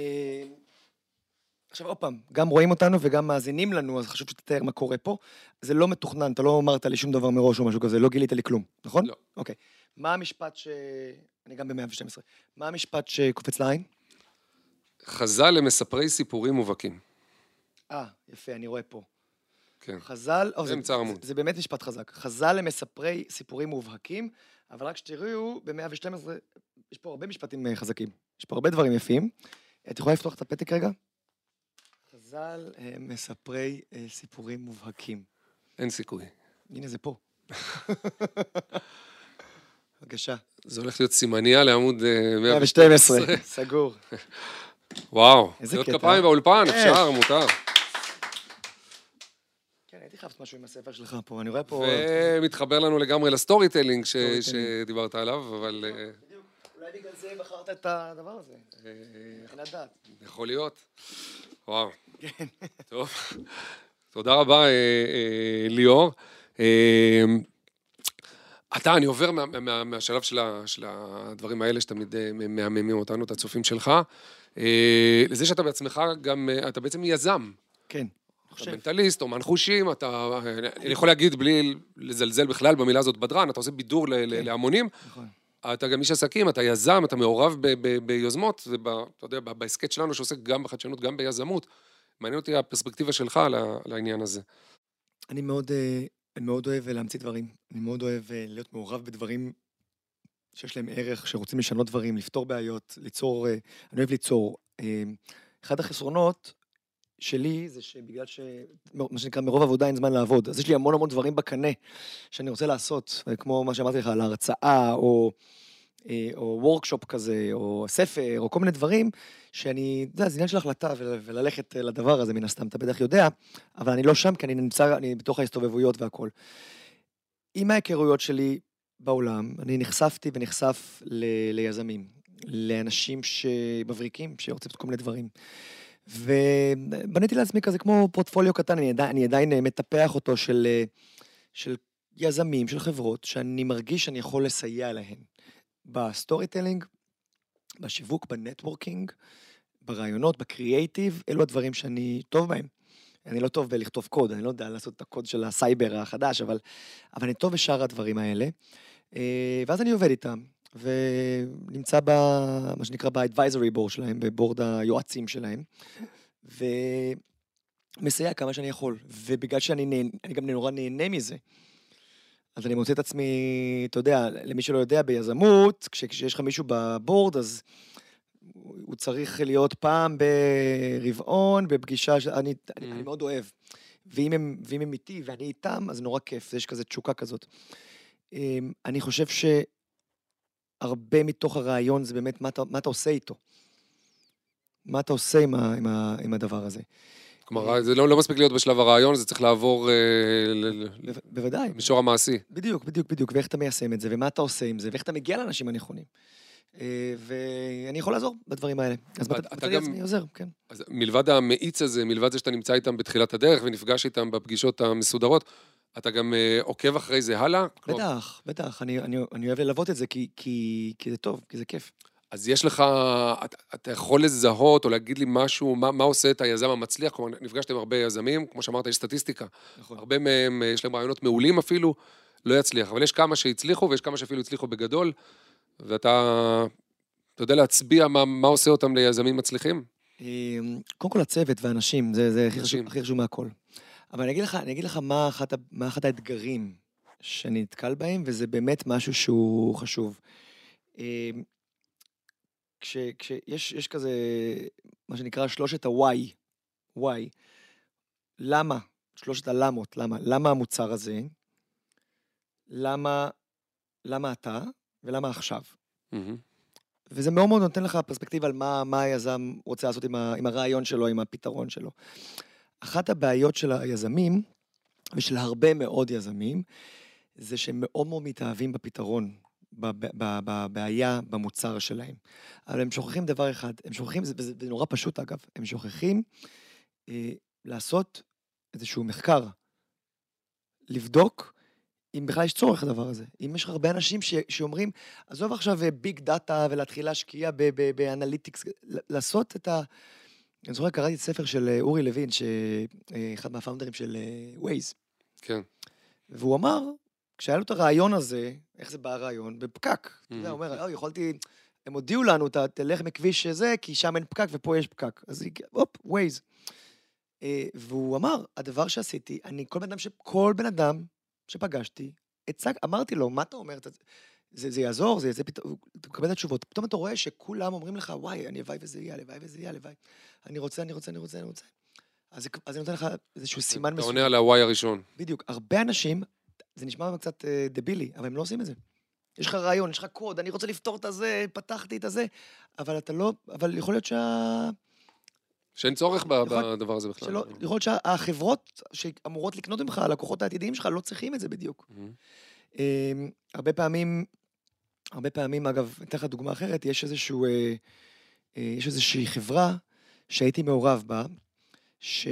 עכשיו עוד פעם, גם רואים אותנו וגם מאזינים לנו, אז חשוב שתתאר מה קורה פה. זה לא מתוכנן, אתה לא אמרת לי שום דבר מראש או משהו כזה, לא גילית לי כלום, נכון? לא. אוקיי. מה המשפט ש... אני גם ב-מאה ושתים עשרה. מה המשפט שקופץ לעין? חז"ל למספרי סיפורים מובהקים. אה, יפה, אני רואה פה. כן. חז"ל... זה אמצע עמוד. זה באמת משפט חזק. חז"ל למספרי סיפורים מובהקים, אבל רק שתראו, ב-מאה ושתים עשרה יש פה הרבה משפטים חזקים. יש פה הרבה דברים יפים. את יכולה לפתוח את הפתק רגע? חז"ל מספרי סיפורים מובהקים. אין סיכוי. הנה זה פה. בבקשה. זה הולך להיות סימניה לעמוד מאה ושתים עשרה. סגור. וואו. איזה להיות קטע. כפיים באולפן, אפשר, מותר. כן, הייתי חייבת משהו עם הספר שלך פה, אני רואה פה... ומתחבר לנו לגמרי לסטורי טלינג שדיברת עליו, אבל... בדיוק. אולי בגלל זה בחרת את הדבר הזה. אין לדעת. יכול להיות. וואו. כן. טוב. תודה רבה, ליאור. אתה, אני עובר מהשלב של הדברים האלה שתמיד מהממים אותנו, את הצופים שלך, לזה שאתה בעצמך גם, אתה בעצם יזם. כן. אתה מנטליסט, אומן חושים, אתה, אני יכול להגיד בלי לזלזל בכלל במילה הזאת בדרן, אתה עושה בידור להמונים. נכון. אתה גם איש עסקים, אתה יזם, אתה מעורב ביוזמות, ואתה יודע, בהסקט שלנו שעוסק גם בחדשנות, גם ביזמות. מעניין אותי הפרספקטיבה שלך לעניין הזה. אני מאוד, אני מאוד אוהב להמציא דברים. אני מאוד אוהב להיות מעורב בדברים שיש להם ערך, שרוצים לשנות דברים, לפתור בעיות, ליצור, אני אוהב ליצור. אחד החסרונות שלי זה שבגלל ש... מה שנקרא, מרוב עבודה אין זמן לעבוד. אז יש לי המון המון דברים בקנה שאני רוצה לעשות, כמו מה שאמרתי לך, על ההרצאה, או, או וורקשופ כזה, או ספר, או כל מיני דברים, שאני, זה עניין של החלטה, וללכת לדבר הזה מן הסתם, אתה בטח יודע, אבל אני לא שם, כי אני נמצא, אני בתוך ההסתובבויות והכל. עם ההיכרויות שלי בעולם, אני נחשפתי ונחשף ל... ליזמים, לאנשים שמבריקים, שרוצים כל מיני דברים. ובניתי לעצמי כזה כמו פורטפוליו קטן, אני עדיין, אני עדיין מטפח אותו של, של יזמים, של חברות, שאני מרגיש שאני יכול לסייע להם. בסטורי טלינג, בשיווק, בנטוורקינג, ברעיונות, בקריאייטיב, אלו הדברים שאני טוב בהם. אני לא טוב בלכתוב קוד, אני לא יודע לעשות את הקוד של הסייבר החדש, אבל, אבל אני טוב בשאר הדברים האלה. ואז אני עובד איתם. ונמצא במה שנקרא ב-advisory board שלהם, בבורד היועצים שלהם, ומסייע כמה שאני יכול, ובגלל שאני נהנה, אני גם נורא נהנה מזה, אז אני מוצא את עצמי, אתה יודע, למי שלא יודע, ביזמות, כשיש לך מישהו בבורד, אז הוא צריך להיות פעם ברבעון, בפגישה שאני אני מאוד אוהב, ואם הם, ואם הם איתי ואני איתם, אז נורא כיף, יש כזה תשוקה כזאת. אני חושב ש... הרבה מתוך הרעיון זה באמת מה אתה, מה אתה עושה איתו. מה אתה עושה עם, ה, עם, ה, עם הדבר הזה. כלומר, זה לא, לא מספיק להיות בשלב הרעיון, זה צריך לעבור אה, ב, בוודאי. למישור המעשי. בדיוק, בדיוק, בדיוק, ואיך אתה מיישם את זה, ומה אתה עושה עם זה, ואיך אתה מגיע לאנשים הנכונים. ואני יכול לעזור בדברים האלה. אז אתה גם עוזר, כן. אז מלבד המאיץ הזה, מלבד זה שאתה נמצא איתם בתחילת הדרך, ונפגש איתם בפגישות המסודרות, אתה גם עוקב אחרי זה הלאה? בטח, בטח, אני, אני, אני אוהב ללוות את זה, כי, כי, כי זה טוב, כי זה כיף. אז יש לך, אתה, אתה יכול לזהות או להגיד לי משהו, מה, מה עושה את היזם המצליח? כלומר, נפגשתם הרבה יזמים, כמו שאמרת, יש סטטיסטיקה. נכון. הרבה מהם, יש להם רעיונות מעולים אפילו, לא יצליח. אבל יש כמה שהצליחו, ויש כמה שאפילו הצליחו בגדול, ואתה, אתה יודע להצביע מה, מה עושה אותם ליזמים מצליחים? קודם כל הצוות והאנשים, זה, זה הכי חשוב, הכי חשוב מהכל. אבל אני אגיד לך, אני אגיד לך מה אחת, מה אחת האתגרים שאני נתקל בהם, וזה באמת משהו שהוא חשוב. כש, כשיש, יש כזה, מה שנקרא שלושת ה-why, why, למה, שלושת הלמות, למה, למה המוצר הזה, למה, למה אתה, ולמה עכשיו. Mm-hmm. וזה מאוד מאוד נותן לך פרספקטיבה על מה, מה היזם רוצה לעשות עם, ה, עם הרעיון שלו, עם הפתרון שלו. אחת הבעיות של היזמים, ושל הרבה מאוד יזמים, זה שהם מאוד מאוד מתאהבים בפתרון, בבעיה, במוצר שלהם. אבל הם שוכחים דבר אחד, הם שוכחים, זה, זה נורא פשוט אגב, הם שוכחים אה, לעשות איזשהו מחקר, לבדוק אם בכלל יש צורך לדבר הזה. אם יש הרבה אנשים ש, שאומרים, עזוב עכשיו ביג דאטה ולהתחיל להשקיע באנליטיקס, לעשות את ה... אני זוכר, קראתי את ספר של אורי לוין, שאחד מהפאונדרים של ווייז. כן. והוא אמר, כשהיה לו את הרעיון הזה, איך זה בא הרעיון? בפקק. אתה יודע, הוא אומר, "אה, יכולתי, הם הודיעו לנו, אתה תלך מכביש שזה, כי שם אין פקק ופה יש פקק." אז הופ, ווייז. והוא אמר, הדבר שעשיתי, אני, כל בן אדם, כל בן אדם שפגשתי, הצג, אמרתי לו, מה אתה אומר? זה, זה יעזור, זה, זה פתאום, אתה מקבל את התשובות. פתאום אתה רואה שכולם אומרים לך, וואי, אני הוואי וזה יהיה, הלוואי וזה יהיה, הלוואי. אני רוצה, אני רוצה, אני רוצה, אני רוצה. אז, אז אני נותן לך איזשהו סימן מסוים. אתה עונה על הוואי הראשון. בדיוק. הרבה אנשים, זה נשמע קצת דבילי, אבל הם לא עושים את זה. יש לך רעיון, יש לך קוד, אני רוצה לפתור את הזה, פתחתי את הזה, אבל אתה לא, אבל יכול להיות שה... שאין צורך בדבר הזה בכלל. יכול להיות שהחברות שאמורות לקנות ממך, הלקוחות העתידיים שלך, לא צריכים את זה בדיוק. הרבה פעמים, הרבה פעמים, אגב, אתן לך דוגמה אחרת, יש איזשהו, יש איזושהי חברה שהייתי מעורב בה, ש...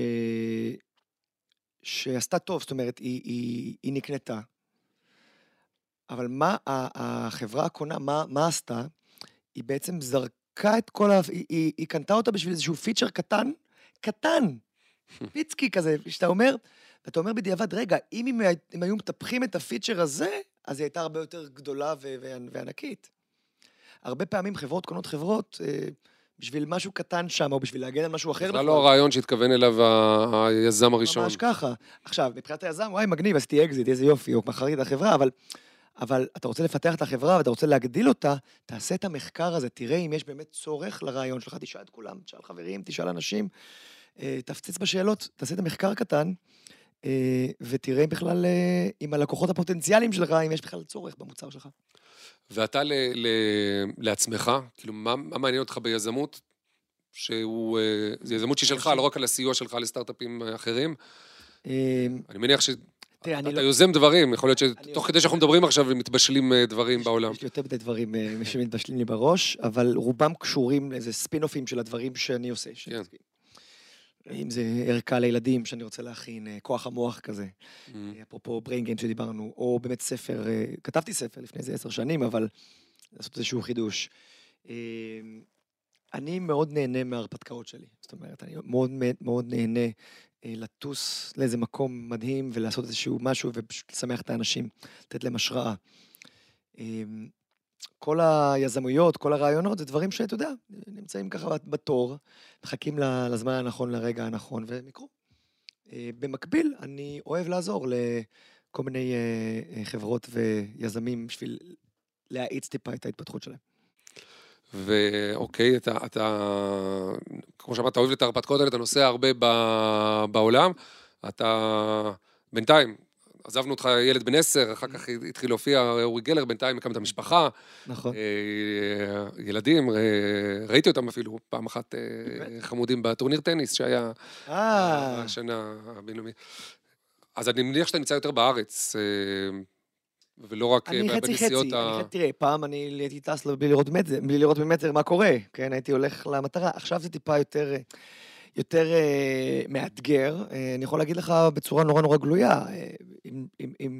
שעשתה טוב, זאת אומרת, היא, היא, היא נקנתה. אבל מה החברה הקונה, מה, מה עשתה? היא בעצם זרקה את כל ה... היא, היא, היא קנתה אותה בשביל איזשהו פיצ'ר קטן, קטן, פיצקי כזה, שאתה אומר, ואתה אומר בדיעבד, רגע, אם הם, הם היו מטפחים את הפיצ'ר הזה, אז היא הייתה הרבה יותר גדולה ו- ו- וענקית. הרבה פעמים חברות קונות חברות, אה, בשביל משהו קטן שם, או בשביל להגן על משהו אחר. זה לא הרעיון שהתכוון אליו היזם הראשון. ממש ככה. עכשיו, מבחינת היזם, וואי, מגניב, עשיתי אקזיט, איזה יופי, או מכרתי את החברה, אבל, אבל אתה רוצה לפתח את החברה, ואתה רוצה להגדיל אותה, תעשה את המחקר הזה, תראה אם יש באמת צורך לרעיון שלך, תשאל את כולם, תשאל חברים, תשאל אנשים, תפציץ בשאלות, תעשה את המחקר קטן, ותראה בכלל, עם הלקוחות הפוטנציאליים שלך, אם יש בכלל צורך במוצר שלך. ואתה ל, ל, לעצמך, כאילו, מה, מה מעניין אותך ביזמות, שהוא, זה יזמות שהיא שלך, לא רק על הסיוע שלך לסטארט-אפים אחרים? אני מניח שאתה יוזם דברים, יכול להיות שתוך כדי שאנחנו מדברים עכשיו, מתבשלים דברים בעולם. יש לי יותר מדי דברים שמתבשלים לי בראש, אבל רובם קשורים לאיזה ספין-אופים של הדברים שאני עושה. כן. אם זה ערכה לילדים שאני רוצה להכין, כוח המוח כזה, אפרופו brain game שדיברנו, או באמת ספר, כתבתי ספר לפני איזה עשר שנים, אבל לעשות איזשהו חידוש. אני מאוד נהנה מההרפתקאות שלי, זאת אומרת, אני מאוד מאוד נהנה לטוס לאיזה מקום מדהים, ולעשות איזשהו משהו, ופשוט לשמח את האנשים, לתת להם השראה. כל היזמויות, כל הרעיונות, זה דברים שאתה יודע, נמצאים ככה בתור, מחכים לזמן הנכון, לרגע הנכון, והם יקרו. במקביל, אני אוהב לעזור לכל מיני חברות ויזמים, בשביל להאיץ טיפה את ההתפתחות שלהם. ואוקיי, אתה, אתה, כמו שאמרת, אתה אוהב את ההרפתקאות האלה, אתה נוסע הרבה בעולם, אתה, בינתיים, עזבנו אותך ילד בן עשר, אחר כך התחיל להופיע אורי גלר, בינתיים הקמת המשפחה. נכון. ילדים, ראיתי אותם אפילו פעם אחת חמודים בטורניר טניס, שהיה השנה הבינלאומי. אז אני מניח שאתה נמצא יותר בארץ, ולא רק בנסיעות ה... אני חצי חצי, תראה, פעם אני הייתי טס בלי לראות מטר, בלי לראות ממטר מה קורה, כן, הייתי הולך למטרה, עכשיו זה טיפה יותר, יותר מאתגר, אני יכול להגיד לך בצורה נורא נורא גלויה, אם...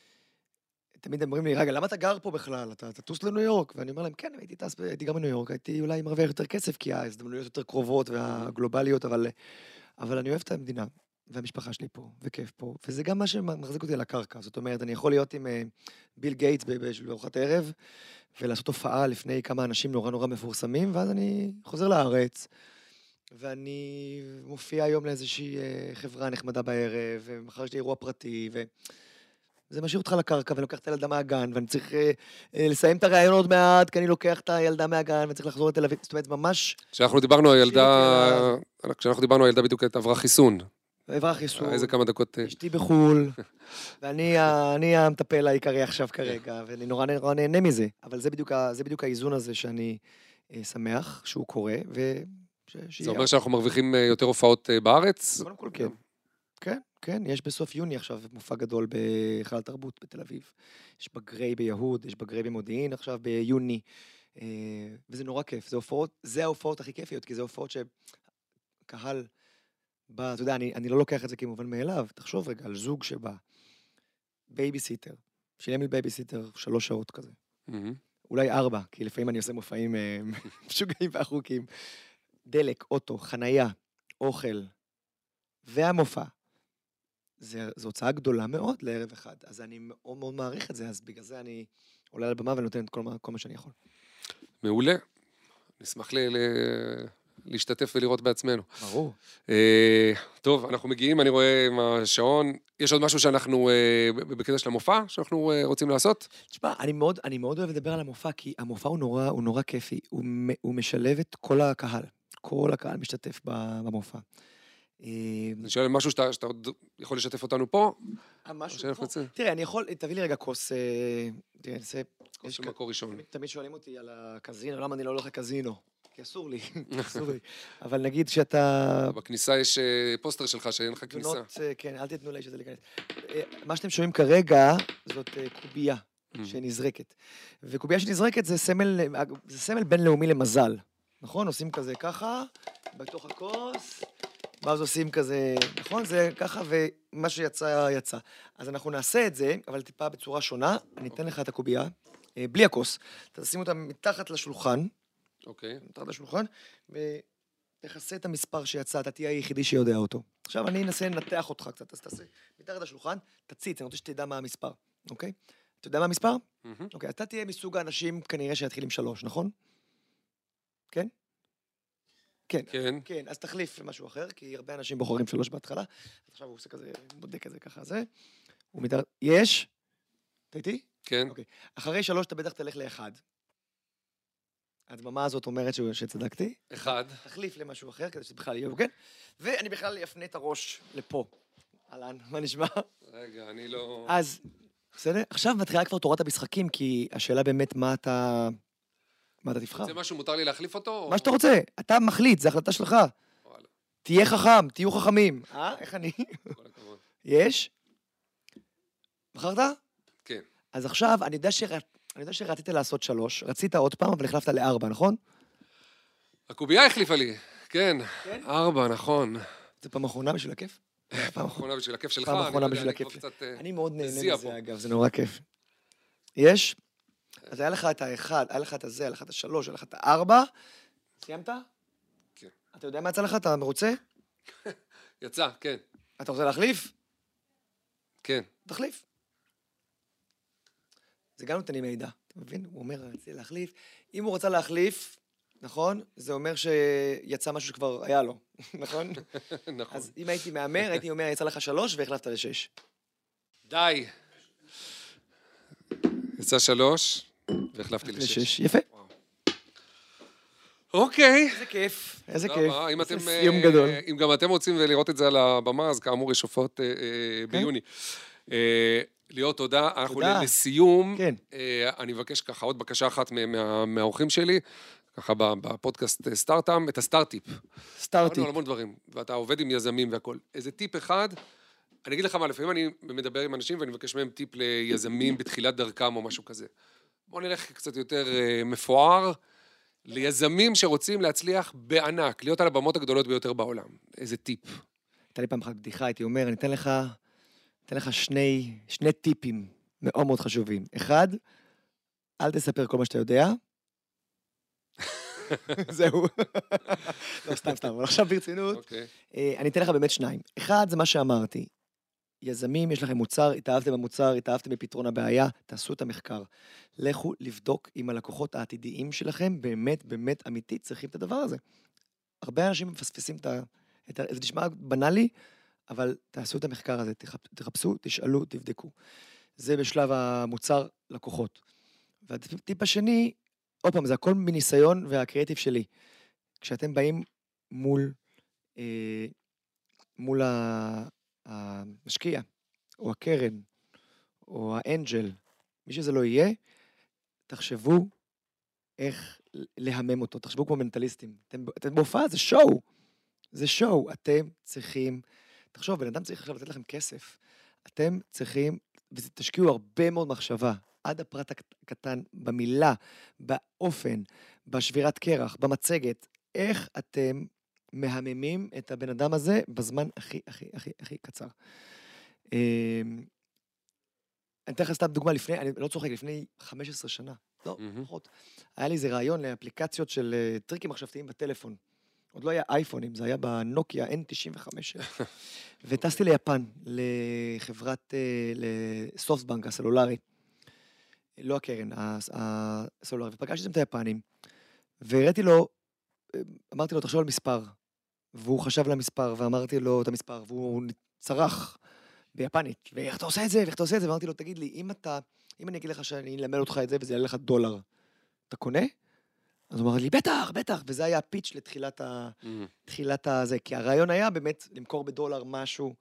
תמיד אומרים לי, רגע, למה אתה גר פה בכלל? אתה טוס לניו יורק? ואני אומר להם, כן, הייתי טס, הייתי גר בניו יורק, הייתי אולי מרוויח יותר כסף, כי ההזדמנויות יותר קרובות והגלובליות, אבל, אבל אני אוהב את המדינה, והמשפחה שלי פה, וכיף פה, וזה גם מה שמחזיק אותי על הקרקע. זאת אומרת, אני יכול להיות עם ביל גייטס בארוחת ערב, ולעשות הופעה לפני כמה אנשים נורא נורא מפורסמים, ואז אני חוזר לארץ, ואני מופיע היום לאיזושהי חברה נחמדה בערב, ומחר יש לי אירוע פרטי, ו... זה משאיר אותך לקרקע, ולוקח את הילדה מהגן, ואני צריך אה, אה, לסיים את הרעיון עוד מעט, כי אני לוקח את הילדה מהגן, וצריך לחזור לתל אביב, זאת אומרת, ממש... כשאנחנו דיברנו על ילדה, כשאנחנו דיברנו על ילדה בדיוק עברה חיסון. עברה חיסון. איזה כמה דקות... אשתי בחול, ואני אני המטפל העיקרי עכשיו כרגע, ואני נורא נורא נהנה מזה, אבל זה בדיוק, זה בדיוק האיזון הזה שאני אה, שמח שהוא קורה, ו... זה אומר שאנחנו מרוויחים יותר הופעות בארץ? קודם כל כן. כן, כן, יש בסוף יוני עכשיו מופע גדול בהיכל התרבות בתל אביב. יש בגריי ביהוד, יש בגריי במודיעין עכשיו ביוני, וזה נורא כיף. זה הופעות, זה ההופעות הכי כיפיות, כי זה הופעות שקהל בא, אתה יודע, אני, אני לא לוקח את זה כמובן מאליו, תחשוב רגע על זוג שבא, בייביסיטר, שילם לי בייביסיטר שלוש שעות כזה. אולי ארבע, כי לפעמים אני עושה מופעים משוגעים ואחוקים. דלק, אוטו, חנייה, אוכל, והמופע. זה, זו הוצאה גדולה מאוד לערב אחד, אז אני מאוד מאוד מעריך את זה, אז בגלל זה אני עולה לבמה ונותן את כל מה, כל מה שאני יכול. מעולה. נשמח ל, ל, להשתתף ולראות בעצמנו. ברור. אה, טוב, אנחנו מגיעים, אני רואה עם השעון. יש עוד משהו שאנחנו, אה, בקטע של המופע, שאנחנו אה, רוצים לעשות? תשמע, אני מאוד, אני מאוד אוהב לדבר על המופע, כי המופע הוא נורא, הוא נורא כיפי. הוא, הוא משלב את כל הקהל. כל הקהל משתתף במופע. אני שואל משהו שאתה, שאתה עוד יכול לשתף אותנו פה? משהו פה? תראה, אני יכול, תביא לי רגע כוס, תראה, נעשה... כוס של מקור ראשון. תמיד שואלים אותי על הקזינו, למה אני לא הולך לקזינו? כי אסור לי, אסור לי. אבל נגיד שאתה... בכניסה יש פוסטר שלך שאין לך כניסה. כן, אל תתנו לי שזה להיכנס. מה שאתם שומעים כרגע, זאת קובייה שנזרקת. וקובייה שנזרקת זה סמל בינלאומי למזל. נכון? עושים כזה ככה, בתוך הכוס... ואז עושים כזה, נכון? זה ככה, ומה שיצא, יצא. אז אנחנו נעשה את זה, אבל טיפה בצורה שונה. אני אתן לך את הקובייה, בלי הכוס. אתה תשים אותה מתחת לשולחן. אוקיי. מתחת לשולחן, ותכסה את המספר שיצא, אתה תהיה היחידי שיודע אותו. עכשיו אני אנסה לנתח אותך קצת, אז תעשה מתחת לשולחן, תציץ, אני רוצה שתדע מה המספר, אוקיי? אתה יודע מה המספר? אוקיי, אתה תהיה מסוג האנשים כנראה שיתחיל עם שלוש, נכון? כן? כן, כן. כן, אז תחליף משהו אחר, כי הרבה אנשים בוחרים שלוש בהתחלה, אז עכשיו הוא עושה כזה, בודק את זה ככה, זה, הוא מתאר, יש? אתה איתי? כן. אוקיי, אחרי שלוש אתה בטח תלך לאחד. הדממה הזאת אומרת שצדקתי. אחד. תחליף למשהו אחר, כדי שבכלל יהיה, כן? ואני בכלל אפנה את הראש לפה. אהלן, מה נשמע? רגע, אני לא... אז, בסדר? עכשיו מתחילה כבר תורת המשחקים, כי השאלה באמת מה אתה... מה אתה תבחר? זה משהו, מותר לי להחליף אותו? מה שאתה רוצה, אתה מחליט, זו החלטה שלך. וואלה. תהיה חכם, תהיו חכמים. אה? איך אני? כל הכבוד. יש? בחרת? כן. אז עכשיו, אני יודע, שר... אני יודע שרצית לעשות שלוש, רצית עוד פעם, אבל החלפת לארבע, נכון? הקובייה החליפה לי, כן. כן? ארבע, נכון. זה פעם אחרונה בשביל הכיף? פעם אחרונה בשביל הכיף שלך. פעם אחרונה אני בשביל יודע, הכיף. אני קצת, אני מאוד נהנה מזיע מזה, פה. אגב, זה נורא כיף. יש? אז היה לך את האחד, היה לך את הזה, היה לך את השלוש, היה לך את הארבע. סיימת? כן. אתה יודע מה יצא לך? אתה מרוצה? יצא, כן. אתה רוצה להחליף? כן. תחליף. זה גם נותן לי מידע, אתה מבין? הוא אומר, אני רוצה להחליף. אם הוא רוצה להחליף, נכון? זה אומר שיצא משהו שכבר היה לו, נכון? נכון. אז אם הייתי מאמר, הייתי אומר, יצא לך שלוש והחלפת לשש. די. יצא שלוש, והחלפתי לשש. לשש, יפה. אוקיי. איזה כיף, איזה לא, כיף. מה, אם אתם, יום גדול. אם גם אתם רוצים לראות את זה על הבמה, אז כאמור יש הופעות ביוני. ליאור, תודה. אנחנו תודה. לסיום, כן. אני מבקש ככה עוד בקשה אחת מהאורחים שלי, ככה בפודקאסט סטארט-אפ, את הסטארט-טיפ. סטארט-טיפ. דיברנו על המון דברים, ואתה עובד עם יזמים והכל. איזה טיפ אחד, אני אגיד לך מה, לפעמים אני מדבר עם אנשים ואני מבקש מהם טיפ ליזמים בתחילת דרכם או משהו כזה. בואו נלך קצת יותר מפואר, ליזמים שרוצים להצליח בענק, להיות על הבמות הגדולות ביותר בעולם. איזה טיפ? הייתה לי פעם אחת בדיחה, הייתי אומר, אני אתן לך, אתן לך שני, שני טיפים מאוד מאוד חשובים. אחד, אל תספר כל מה שאתה יודע. זהו. לא, סתם, סתם, אבל עכשיו ברצינות. אני אתן לך באמת שניים. אחד, זה מה שאמרתי. יזמים, יש לכם מוצר, התאהבתם במוצר, התאהבתם בפתרון הבעיה, תעשו את המחקר. לכו לבדוק אם הלקוחות העתידיים שלכם באמת, באמת אמיתית צריכים את הדבר הזה. הרבה אנשים מפספסים את ה... זה נשמע בנאלי, אבל תעשו את המחקר הזה, תחפשו, תשאלו, תבדקו. זה בשלב המוצר לקוחות. והטיפ השני, עוד פעם, זה הכל מניסיון והקריאטיב שלי. כשאתם באים מול, אה, מול המשקיע, או הקרן, או האנג'ל, מי שזה לא יהיה, תחשבו איך להמם אותו, תחשבו כמו מנטליסטים. אתם, אתם בהופעה, זה שואו. זה שואו, אתם צריכים, תחשוב, בן אדם צריך עכשיו לתת לכם כסף. אתם צריכים, ותשקיעו הרבה מאוד מחשבה, עד הפרט הקטן, במילה, באופן, בשבירת קרח, במצגת, איך אתם מהממים את הבן אדם הזה בזמן הכי, הכי, הכי, הכי קצר. אני אתן לך סתם דוגמה לפני, אני לא צוחק, לפני חמש עשרה שנה, לא, פחות. היה לי איזה רעיון לאפליקציות של טריקים מחשבתיים בטלפון. עוד לא היה אייפונים, זה היה בנוקיה אן תשעים וחמש. וטסתי ליפן, לחברת, לסופטבנק, הסלולרי. לא הקרן, הסלולרי. ופגשתי את היפנים, והראיתי לו, אמרתי לו, תחשוב על מספר. והוא חשב למספר, ואמרתי לו את המספר, והוא צרח ביפנית. ואיך אתה עושה את זה? ואיך אתה עושה את זה? ואמרתי לו, תגיד לי, אם אתה, אם אני אגיד לך שאני אלמד אותך את זה, וזה יעלה לך דולר, אתה קונה? אז הוא אמר לי, בטח, בטח, וזה היה הפיץ' לתחילת ה... תחילת הזה, כי הרעיון היה באמת למכור בדולר משהו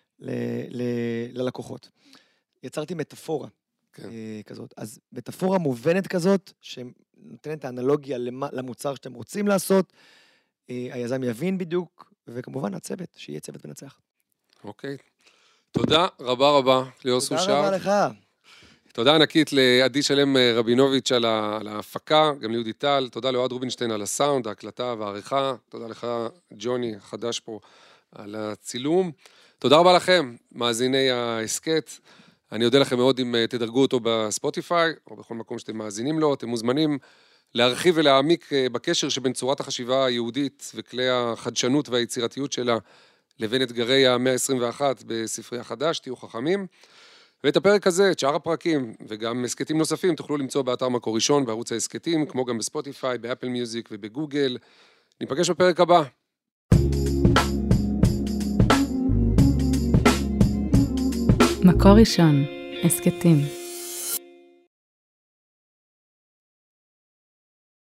ללקוחות. יצרתי מטאפורה כזאת. אז מטאפורה מובנת כזאת, שנותנת האנלוגיה למוצר שאתם רוצים לעשות, היזם יבין בדיוק, וכמובן הצוות, שיהיה צוות מנצח. אוקיי. תודה רבה רבה, ליאור סושארד. תודה רבה לך. תודה ענקית לעדי שלם רבינוביץ' על ההפקה, גם ליהודי טל, תודה לאוהד רובינשטיין על הסאונד, ההקלטה והעריכה, תודה לך ג'וני חדש פה על הצילום, תודה רבה לכם, מאזיני העסקת, אני אודה לכם מאוד אם תדרגו אותו בספוטיפיי, או בכל מקום שאתם מאזינים לו, אתם מוזמנים להרחיב ולהעמיק בקשר שבין צורת החשיבה היהודית וכלי החדשנות והיצירתיות שלה, לבין אתגרי המאה ה-עשרים ואחת בספרי החדש, תהיו חכמים, ואת הפרק הזה, את שאר הפרקים, וגם הסקטים נוספים, תוכלו למצוא באתר מקור ראשון, בערוץ ההסקטים, כמו גם בספוטיפיי, באפל מיוזיק ובגוגל. ניפגש בפרק הבא. מקור ראשון, הסקטים.